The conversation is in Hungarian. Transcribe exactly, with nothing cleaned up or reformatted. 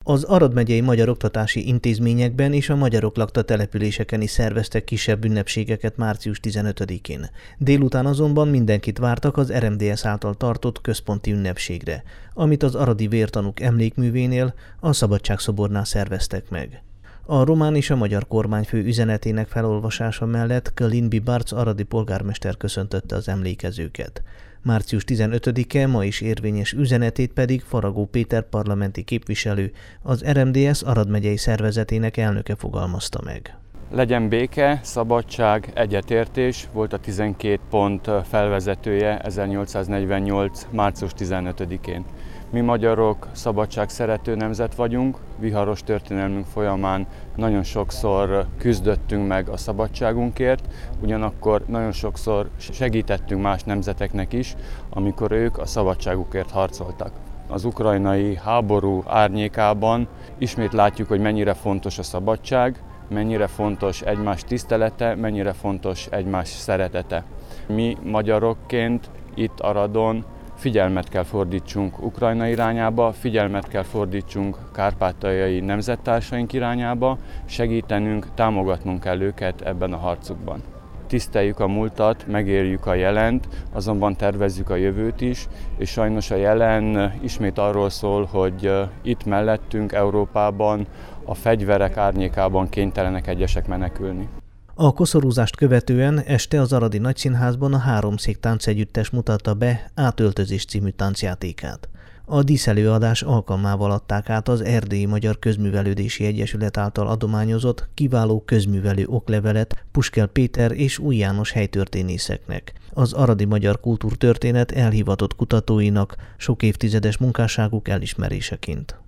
Az Arad megyei magyar oktatási intézményekben és a magyarok lakta településeken is szerveztek kisebb ünnepségeket március tizenötödikén. Délután azonban mindenkit vártak az er em dé es által tartott központi ünnepségre, amit az aradi vértanúk emlékművénél, a Szabadságszobornál szerveztek meg. A román és a magyar kormányfő üzenetének felolvasása mellett Călin Bibarc aradi polgármester köszöntötte az emlékezőket. március tizenötödike ma is érvényes üzenetét pedig Faragó Péter parlamenti képviselő, az er em dé es Arad megyei szervezetének elnöke fogalmazta meg. Legyen béke, szabadság, egyetértés volt a tizenkét pont felvezetője ezernyolcszáznegyvennyolc. március tizenötödikén. Mi magyarok szabadság szerető nemzet vagyunk, viharos történelmünk folyamán nagyon sokszor küzdöttünk meg a szabadságunkért, ugyanakkor nagyon sokszor segítettünk más nemzeteknek is, amikor ők a szabadságukért harcoltak. Az ukrajnai háború árnyékában ismét látjuk, hogy mennyire fontos a szabadság, mennyire fontos egymás tisztelete, mennyire fontos egymás szeretete. Mi magyarokként itt Aradon figyelmet kell fordítsunk Ukrajna irányába, figyelmet kell fordítsunk kárpátaljai nemzettársaink irányába, segítenünk, támogatnunk kell őket ebben a harcukban. Tiszteljük a múltat, megéljük a jelent, azonban tervezzük a jövőt is, és sajnos a jelen ismét arról szól, hogy itt mellettünk, Európában, a fegyverek árnyékában kénytelenek egyesek menekülni. A koszorúzást követően este az Aradi Nagyszínházban a Háromszék táncegyüttes mutatta be Átöltözés című táncjátékát. A díszelőadás alkalmával adták át az Erdélyi Magyar Közművelődési Egyesület által adományozott kiváló közművelő oklevelet Puskel Péter és Új János helytörténészeknek, az aradi magyar kultúrtörténet elhivatott kutatóinak sok évtizedes munkásságuk elismeréseként.